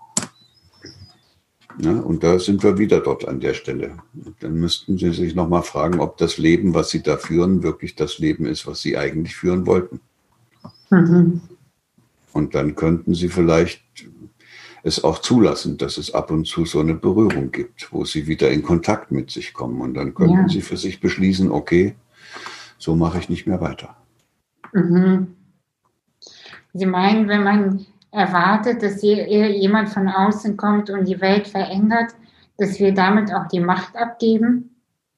Ja, und da sind wir wieder dort an der Stelle. Dann müssten Sie sich nochmal fragen, ob das Leben, was Sie da führen, wirklich das Leben ist, was Sie eigentlich führen wollten. Mhm. Und dann könnten Sie vielleicht es auch zulassen, dass es ab und zu so eine Berührung gibt, wo Sie wieder in Kontakt mit sich kommen. Und dann könnten ja. Sie für sich beschließen, okay, so mache ich nicht mehr weiter. Mhm. Sie meinen, wenn man erwartet, dass jemand von außen kommt und die Welt verändert, dass wir damit auch die Macht abgeben?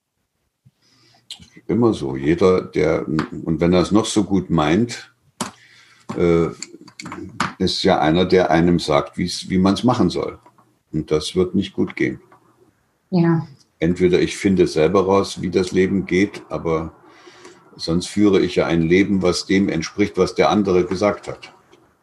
Immer so. Jeder, der, und wenn er es noch so gut meint, äh, ist ja einer, der einem sagt, wie man es machen soll. Und das wird nicht gut gehen. Ja. Entweder ich finde selber raus, wie das Leben geht, aber sonst führe ich ja ein Leben, was dem entspricht, was der andere gesagt hat.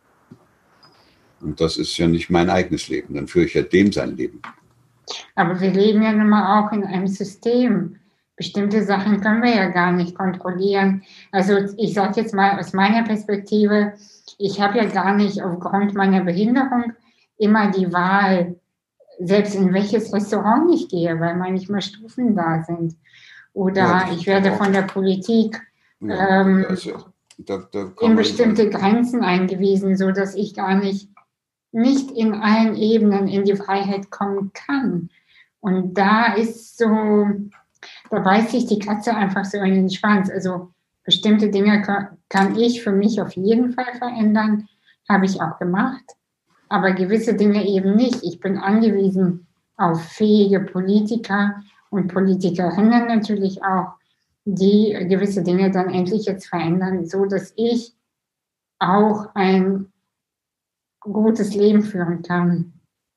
Und das ist ja nicht mein eigenes Leben. Dann führe ich ja dem sein Leben. Aber wir leben ja nun mal auch in einem System. Bestimmte Sachen können wir ja gar nicht kontrollieren. Also ich sage jetzt mal aus meiner Perspektive, ich habe ja gar nicht aufgrund meiner Behinderung immer die Wahl, selbst in welches Restaurant ich gehe, weil manchmal Stufen da sind. Oder ja, ich werde von der Politik ja, ähm, also, da, da in bestimmte Grenzen eingewiesen, sodass ich gar nicht nicht in allen Ebenen in die Freiheit kommen kann. Und da ist so, da beißt sich die Katze einfach so in den Schwanz. Also bestimmte Dinge kann, kann ich für mich auf jeden Fall verändern, habe ich auch gemacht, aber gewisse Dinge eben nicht. Ich bin angewiesen auf fähige Politiker und Politikerinnen natürlich auch, die gewisse Dinge dann endlich jetzt verändern, so dass ich auch ein gutes Leben führen kann.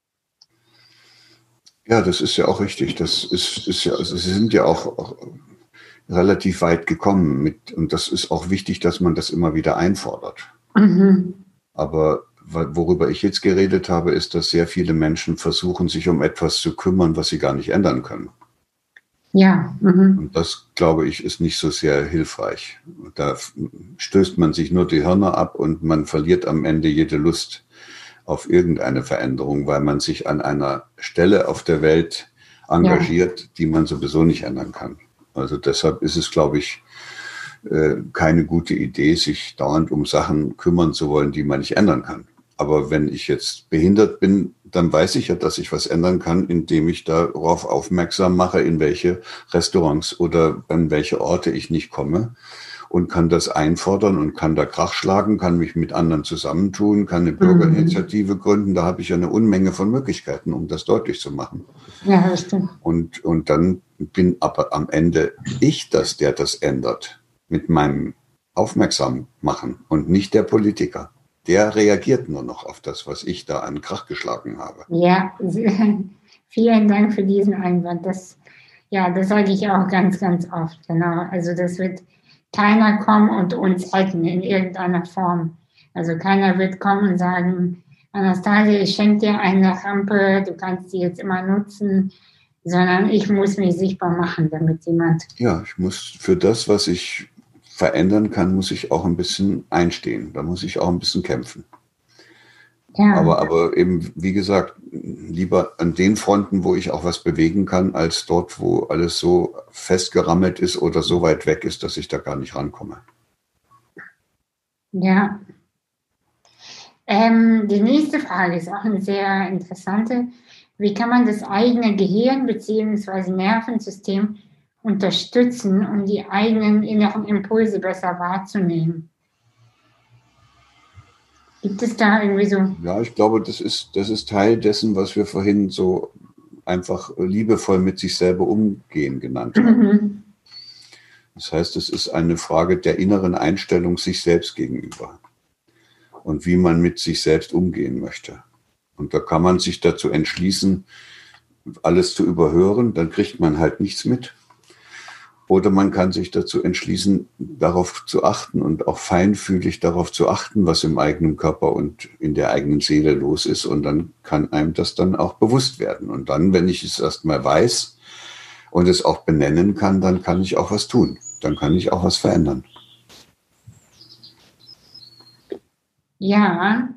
Ja, das ist ja auch richtig. Das ist, ist ja, also Sie sind ja auch, auch relativ weit gekommen mit, und das ist auch wichtig, dass man das immer wieder einfordert. Mhm. Aber worüber ich jetzt geredet habe, ist, dass sehr viele Menschen versuchen, sich um etwas zu kümmern, was sie gar nicht ändern können. Ja. Mhm. Und das, glaube ich, ist nicht so sehr hilfreich. Da stößt man sich nur die Hörner ab und man verliert am Ende jede Lust auf irgendeine Veränderung, weil man sich an einer Stelle auf der Welt engagiert, ja, die man sowieso nicht ändern kann. Also deshalb ist es, glaube ich, keine gute Idee, sich dauernd um Sachen kümmern zu wollen, die man nicht ändern kann. Aber wenn ich jetzt behindert bin, dann weiß ich ja, dass ich was ändern kann, indem ich darauf aufmerksam mache, in welche Restaurants oder an welche Orte ich nicht komme, und kann das einfordern und kann da Krach schlagen, kann mich mit anderen zusammentun, kann eine Bürgerinitiative gründen. Da habe ich ja eine Unmenge von Möglichkeiten, um das deutlich zu machen. Ja, das stimmt. Und, und dann bin aber am Ende ich das, der das ändert, mit meinem Aufmerksammachen und nicht der Politiker. Der reagiert nur noch auf das, was ich da an Krach geschlagen habe. Ja, vielen Dank für diesen Einwand. Das, ja, das sage ich auch ganz, ganz oft. Genau. Also das wird keiner kommen und uns retten in irgendeiner Form. Also keiner wird kommen und sagen, Anastasia, ich schenke dir eine Rampe, du kannst die jetzt immer nutzen, sondern ich muss mich sichtbar machen, damit jemand... Ja, ich muss für das, was ich verändern kann, muss ich auch ein bisschen einstehen. Da muss ich auch ein bisschen kämpfen. Ja. Aber, aber eben, wie gesagt, lieber an den Fronten, wo ich auch was bewegen kann, als dort, wo alles so festgerammelt ist oder so weit weg ist, dass ich da gar nicht rankomme. Ja. Ähm, die nächste Frage ist auch eine sehr interessante. Wie kann man das eigene Gehirn bzw. Nervensystem unterstützen, um die eigenen inneren Impulse besser wahrzunehmen? Gibt es da irgendwie so? Ja, ich glaube, das ist, das ist Teil dessen, was wir vorhin so einfach liebevoll mit sich selber umgehen genannt haben. Mhm. Das heißt, es ist eine Frage der inneren Einstellung sich selbst gegenüber und wie man mit sich selbst umgehen möchte. Und da kann man sich dazu entschließen, alles zu überhören, dann kriegt man halt nichts mit. Oder man kann sich dazu entschließen, darauf zu achten und auch feinfühlig darauf zu achten, was im eigenen Körper und in der eigenen Seele los ist. Und dann kann einem das dann auch bewusst werden. Und dann, wenn ich es erstmal weiß und es auch benennen kann, dann kann ich auch was tun. Dann kann ich auch was verändern. Ja.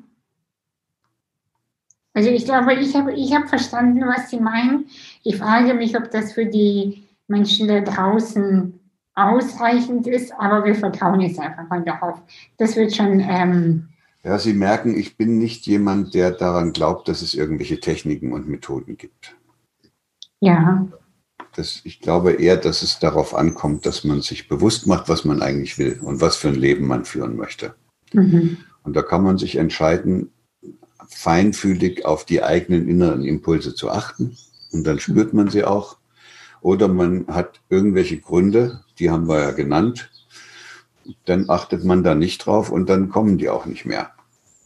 Also ich glaube, ich habe ich habe verstanden, was Sie meinen. Ich frage mich, ob das für die Menschen da draußen ausreichend ist, aber wir vertrauen jetzt einfach mal darauf. Das wird schon... Ähm ja, Sie merken, ich bin nicht jemand, der daran glaubt, dass es irgendwelche Techniken und Methoden gibt. Ja. Das, ich glaube eher, dass es darauf ankommt, dass man sich bewusst macht, was man eigentlich will und was für ein Leben man führen möchte. Mhm. Und da kann man sich entscheiden, feinfühlig auf die eigenen inneren Impulse zu achten. Und dann spürt man sie auch. Oder man hat irgendwelche Gründe, die haben wir ja genannt. Dann achtet man da nicht drauf und dann kommen die auch nicht mehr.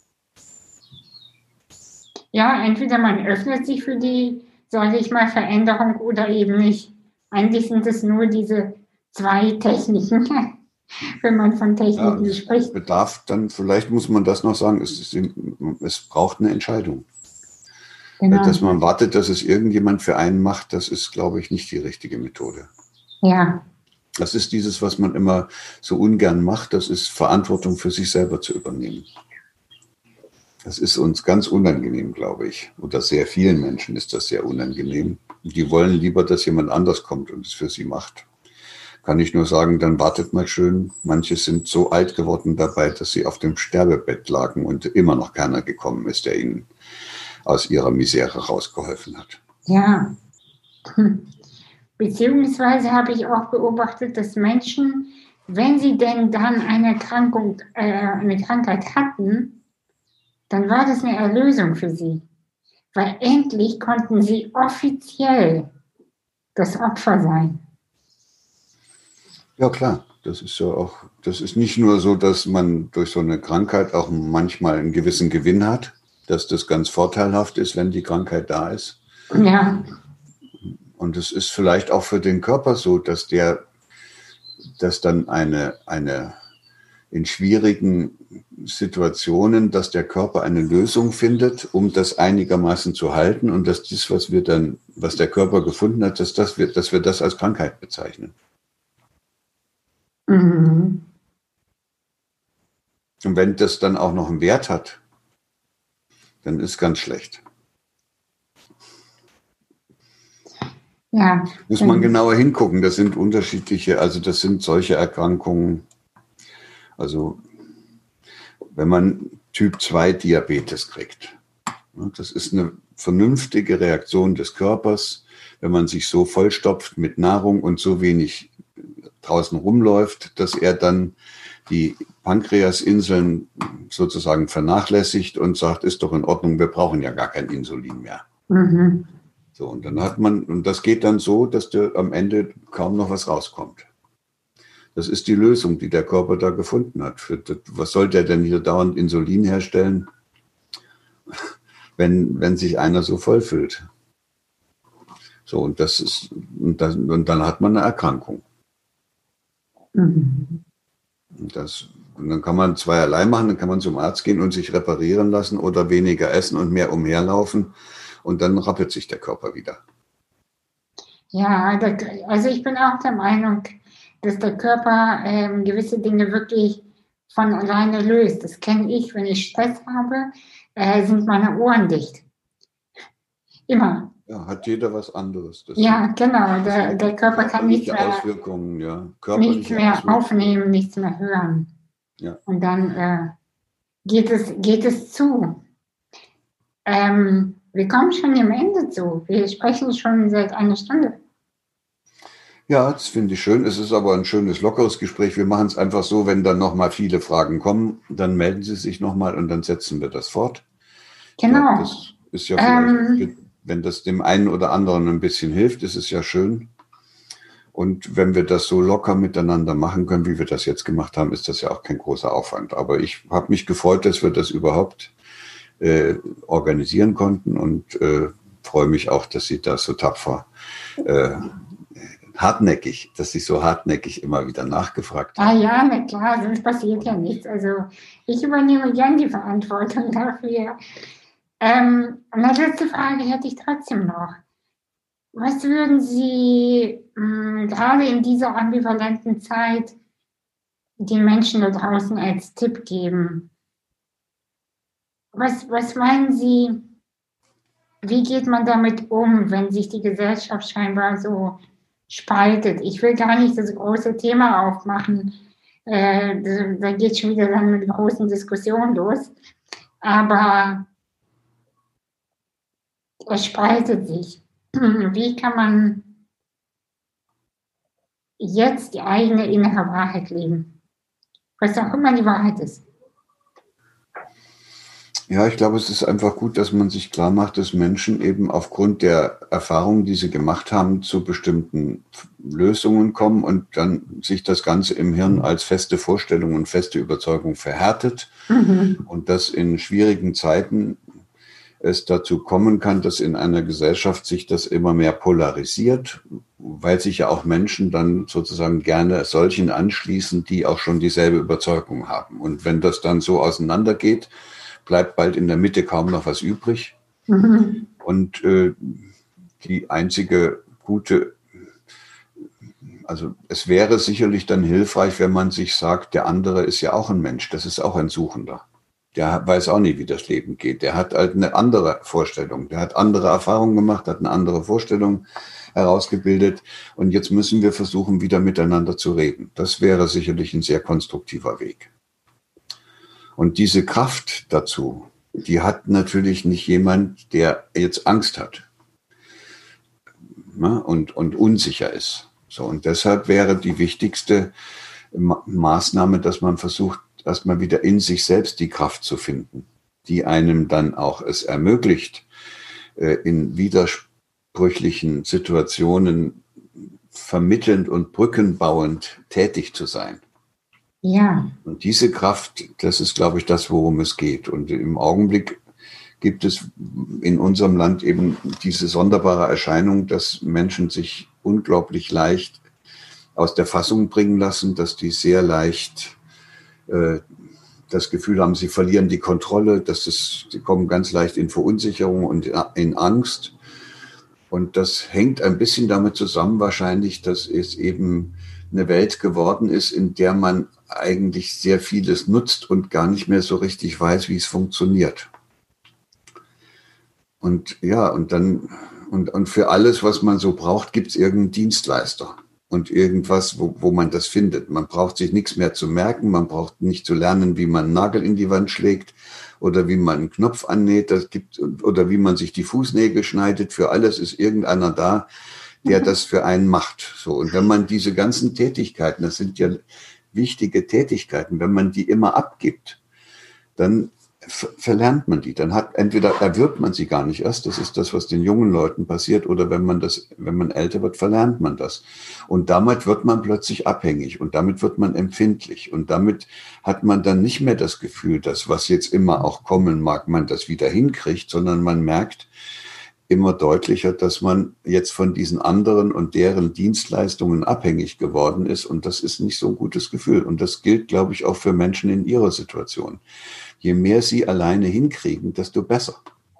Ja, entweder man öffnet sich für die, sage ich mal, Veränderung oder eben nicht. Eigentlich sind es nur diese zwei Techniken, wenn man von Techniken ja, spricht. Bedarf dann, vielleicht muss man das noch sagen, es, ist, es braucht eine Entscheidung. Genau. Dass man wartet, dass es irgendjemand für einen macht, das ist, glaube ich, nicht die richtige Methode. Ja. Das ist dieses, was man immer so ungern macht, das ist Verantwortung für sich selber zu übernehmen. Das ist uns ganz unangenehm, glaube ich. Oder sehr vielen Menschen ist das sehr unangenehm. Die wollen lieber, dass jemand anders kommt und es für sie macht. kann ich nur sagen, dann wartet mal schön. Manche sind so alt geworden dabei, dass sie auf dem Sterbebett lagen und immer noch keiner gekommen ist, der ihnen aus ihrer Misere rausgeholfen hat. Ja, beziehungsweise habe ich auch beobachtet, dass Menschen, wenn sie denn dann eine Erkrankung, äh, eine Krankheit hatten, dann war das eine Erlösung für sie. Weil endlich konnten sie offiziell das Opfer sein. Ja, klar. Das ist ja auch, das ist nicht nur so, dass man durch so eine Krankheit auch manchmal einen gewissen Gewinn hat, dass das ganz vorteilhaft ist, wenn die Krankheit da ist. Ja. Und es ist vielleicht auch für den Körper so, dass der, dass dann eine, eine, in schwierigen Situationen, dass der Körper eine Lösung findet, um das einigermaßen zu halten und dass das, was wir dann, was der Körper gefunden hat, dass das wir, dass wir das als Krankheit bezeichnen. Mhm. Und wenn das dann auch noch einen Wert hat, dann ist ganz schlecht. Ja. Muss man genauer hingucken. Das sind unterschiedliche, also das sind solche Erkrankungen. Also wenn man Typ zwei Diabetes kriegt, das ist eine vernünftige Reaktion des Körpers, wenn man sich so vollstopft mit Nahrung und so wenig draußen rumläuft, dass er dann die Pankreasinseln sozusagen vernachlässigt und sagt, ist doch in Ordnung, wir brauchen ja gar kein Insulin mehr. Mhm. So, und dann hat man, und das geht dann so, dass der am Ende kaum noch was rauskommt. Das ist die Lösung, die der Körper da gefunden hat. Für das, was soll der denn hier dauernd Insulin herstellen, wenn, wenn sich einer so voll fühlt? So, und das ist, und, das, und dann hat man eine Erkrankung. Mhm. Und, das, und dann kann man zweierlei machen, dann kann man zum Arzt gehen und sich reparieren lassen oder weniger essen und mehr umherlaufen und dann rappelt sich der Körper wieder. Ja, das, also ich bin auch der Meinung, dass der Körper ähm, gewisse Dinge wirklich von alleine löst. Das kenne ich, wenn ich Stress habe, äh, sind meine Ohren dicht. Immer. Ja, hat jeder was anderes. Das Ja, sind, genau. Der, der Körper kann nichts mehr, Auswirkungen, ja. nichts Körperliche mehr Auswirkungen. aufnehmen, nichts mehr hören. Ja. Und dann äh, geht, es, geht es zu. Ähm, wir kommen schon dem Ende zu. Wir sprechen schon seit einer Stunde. Ja, das finde ich schön. Es ist aber ein schönes, lockeres Gespräch. Wir machen es einfach so, wenn dann nochmal viele Fragen kommen, dann melden Sie sich nochmal und dann setzen wir das fort. Genau. Ich glaub, das ist ja vielleicht, ähm, wenn das dem einen oder anderen ein bisschen hilft, ist es ja schön. Und wenn wir das so locker miteinander machen können, wie wir das jetzt gemacht haben, ist das ja auch kein großer Aufwand. Aber ich habe mich gefreut, dass wir das überhaupt äh, organisieren konnten und äh, freue mich auch, dass Sie das so tapfer äh, hartnäckig, dass Sie so hartnäckig immer wieder nachgefragt haben. Ah ja, na klar, sonst passiert ja nichts. Also ich übernehme gern die Verantwortung dafür. Ähm, eine letzte Frage hätte ich trotzdem noch. Was würden Sie mh, gerade in dieser ambivalenten Zeit den Menschen da draußen als Tipp geben? Was, was meinen Sie, wie geht man damit um, wenn sich die Gesellschaft scheinbar so spaltet? Ich will gar nicht das große Thema aufmachen. Äh, da, da geht schon wieder dann mit großen Diskussionen los. Aber es spaltet sich. Wie kann man jetzt die eigene innere Wahrheit leben? Was auch immer die Wahrheit ist. Ja, ich glaube, es ist einfach gut, dass man sich klar macht, dass Menschen eben aufgrund der Erfahrungen, die sie gemacht haben, zu bestimmten Lösungen kommen und dann sich das Ganze im Hirn als feste Vorstellung und feste Überzeugung verhärtet. Mhm. Und dass in schwierigen Zeiten es dazu kommen kann, dass in einer Gesellschaft sich das immer mehr polarisiert, weil sich ja auch Menschen dann sozusagen gerne solchen anschließen, die auch schon dieselbe Überzeugung haben. Und wenn das dann so auseinandergeht, bleibt bald in der Mitte kaum noch was übrig. Mhm. Und äh, die einzige gute, also es wäre sicherlich dann hilfreich, wenn man sich sagt, der andere ist ja auch ein Mensch, das ist auch ein Suchender. der weiß auch nicht, wie das Leben geht. Der hat halt eine andere Vorstellung. Der hat andere Erfahrungen gemacht, hat eine andere Vorstellung herausgebildet. Und jetzt müssen wir versuchen, wieder miteinander zu reden. Das wäre sicherlich ein sehr konstruktiver Weg. Und diese Kraft dazu, die hat natürlich nicht jemand, der jetzt Angst hat, ne, und, und unsicher ist. So, und deshalb wäre die wichtigste Ma- Maßnahme, dass man versucht, erstmal wieder in sich selbst die Kraft zu finden, die einem dann auch es ermöglicht, äh, in widersprüchlichen Situationen vermittelnd und brückenbauend tätig zu sein. Ja. Und diese Kraft, das ist, glaube ich, das, worum es geht. Und im Augenblick gibt es in unserem Land eben diese sonderbare Erscheinung, dass Menschen sich unglaublich leicht aus der Fassung bringen lassen, dass die sehr leicht äh, das Gefühl haben, sie verlieren die Kontrolle, dass es, sie kommen ganz leicht in Verunsicherung und in Angst. Und das hängt ein bisschen damit zusammen wahrscheinlich, dass es eben eine Welt geworden ist, in der man eigentlich sehr vieles nutzt und gar nicht mehr so richtig weiß, wie es funktioniert. Und ja, und dann, und, und für alles, was man so braucht, gibt es irgendeinen Dienstleister und irgendwas, wo, wo man das findet. Man braucht sich nichts mehr zu merken, man braucht nicht zu lernen, wie man einen Nagel in die Wand schlägt oder wie man einen Knopf annäht, das gibt, oder wie man sich die Fußnägel schneidet. Für alles ist irgendeiner da, der das für einen macht. So, und wenn man diese ganzen Tätigkeiten, das sind ja wichtige Tätigkeiten, wenn man die immer abgibt, dann ver- verlernt man die. Dann hat entweder erwirbt man sie gar nicht erst. Das ist das, was den jungen Leuten passiert. Oder wenn man das, wenn man älter wird, verlernt man das. Und damit wird man plötzlich abhängig und damit wird man empfindlich. Und damit hat man dann nicht mehr das Gefühl, dass was jetzt immer auch kommen mag, man das wieder hinkriegt, sondern man merkt immer deutlicher, dass man jetzt von diesen anderen und deren Dienstleistungen abhängig geworden ist. Und das ist nicht so ein gutes Gefühl. Und das gilt, glaube ich, auch für Menschen in ihrer Situation. Je mehr sie alleine hinkriegen, desto besser.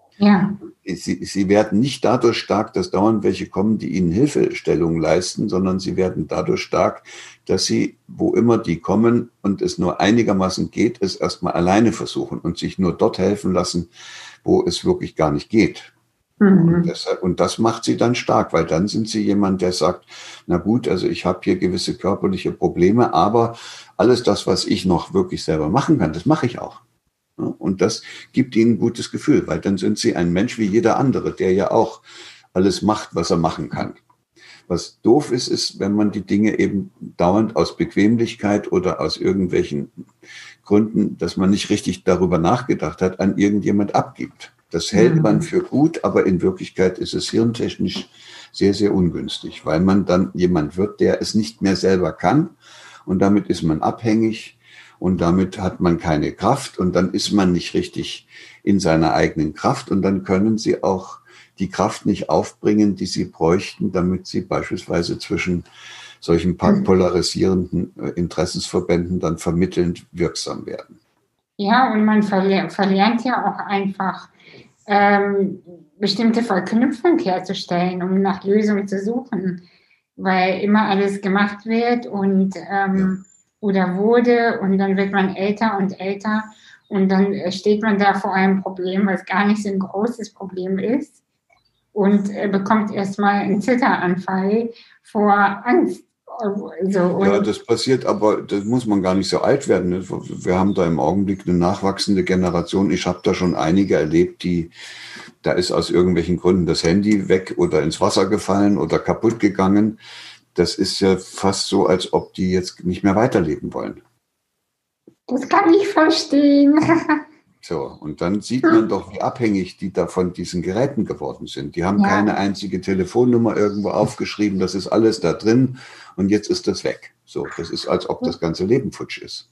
Ja. Sie, sie werden nicht dadurch stark, dass dauernd welche kommen, die ihnen Hilfestellung leisten, sondern sie werden dadurch stark, dass sie, wo immer die kommen und es nur einigermaßen geht, es erstmal alleine versuchen und sich nur dort helfen lassen, wo es wirklich gar nicht geht. Mhm. Und, deshalb, und das macht sie dann stark, weil dann sind sie jemand, der sagt, na gut, also ich habe hier gewisse körperliche Probleme, aber alles das, was ich noch wirklich selber machen kann, das mache ich auch. Ja, und das gibt ihnen ein gutes Gefühl, weil dann sind sie ein Mensch wie jeder andere, der ja auch alles macht, was er machen kann. Was doof ist, ist, wenn man die Dinge eben dauernd aus Bequemlichkeit oder aus irgendwelchen Gründen, dass man nicht richtig darüber nachgedacht hat, an irgendjemand abgibt. Das hält man für gut, aber in Wirklichkeit ist es hirntechnisch sehr, sehr ungünstig, weil man dann jemand wird, der es nicht mehr selber kann und damit ist man abhängig und damit hat man keine Kraft und dann ist man nicht richtig in seiner eigenen Kraft und dann können sie auch die Kraft nicht aufbringen, die sie bräuchten, damit sie beispielsweise zwischen solchen polarisierenden Interessensverbänden dann vermittelnd wirksam werden. Ja, und man verler verlernt ja auch einfach, ähm, bestimmte Verknüpfung herzustellen, um nach Lösungen zu suchen, weil immer alles gemacht wird und ähm, oder wurde und dann wird man älter und älter und dann äh, steht man da vor einem Problem, was gar nicht so ein großes Problem ist und äh, bekommt erstmal einen Zitteranfall vor Angst. So, und Ja, das passiert, aber das muss man gar nicht so alt werden. Wir haben da im Augenblick eine nachwachsende Generation. Ich habe da schon einige erlebt, die, da ist aus irgendwelchen Gründen das Handy weg oder ins Wasser gefallen oder kaputt gegangen. Das ist ja fast so, als ob die jetzt nicht mehr weiterleben wollen. Das kann ich verstehen. So, und dann sieht man doch, wie abhängig die da von diesen Geräten geworden sind. Die haben Ja. keine einzige Telefonnummer irgendwo aufgeschrieben, das ist alles da drin und jetzt ist das weg. So, das ist, als ob das ganze Leben futsch ist.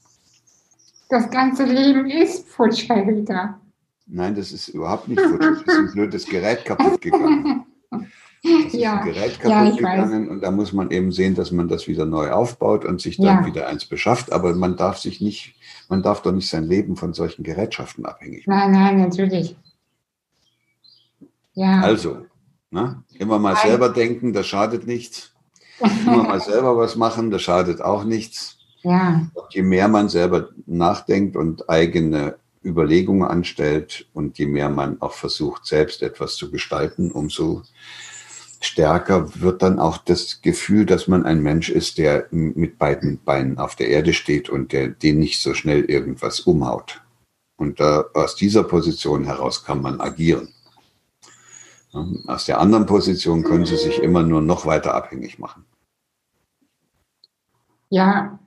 Das ganze Leben ist futsch, Herr Hüter. Nein, das ist überhaupt nicht futsch. Es ist ein blödes Gerät kaputt gegangen. Es ist Ja. ein Gerät Ja, kaputt ich gegangen und da muss man eben sehen, dass man das wieder neu aufbaut und sich dann Ja. wieder eins beschafft. Aber man darf sich nicht, man darf doch nicht sein Leben von solchen Gerätschaften abhängig machen. Nein, nein, natürlich. Ja. Also, ne, immer mal Nein. selber denken, das schadet nichts. Immer mal selber was machen, das schadet auch nichts. Ja. Je mehr man selber nachdenkt und eigene Überlegungen anstellt und je mehr man auch versucht, selbst etwas zu gestalten, umso stärker wird dann auch das Gefühl, dass man ein Mensch ist, der mit beiden Beinen auf der Erde steht und der den nicht so schnell irgendwas umhaut. Und da, aus dieser Position heraus kann man agieren. Aus der anderen Position können sie sich immer nur noch weiter abhängig machen. Ja,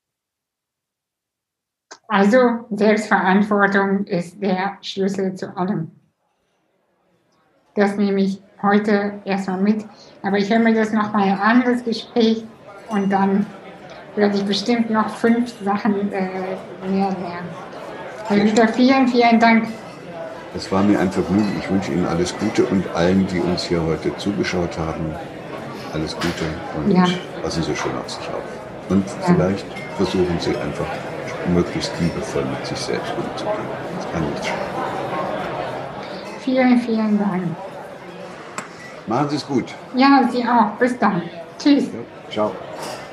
also Selbstverantwortung ist der Schlüssel zu allem. Das nehme ich heute erstmal mit, aber ich höre mir das nochmal an, das Gespräch, und dann werde ich bestimmt noch fünf Sachen äh, mehr lernen. Herr Luther, vielen, vielen Dank. Es war mir ein Vergnügen. Ich wünsche Ihnen alles Gute und allen, die uns hier heute zugeschaut haben, alles Gute und ja. Passen Sie schön auf sich auf. Und ja. Vielleicht versuchen Sie einfach möglichst liebevoll mit sich selbst umzugehen. Das kann nicht schaden. Vielen, vielen Dank. Machen Sie es gut. Ja, Sie auch. Bis dann. Tschüss. Ja, ciao.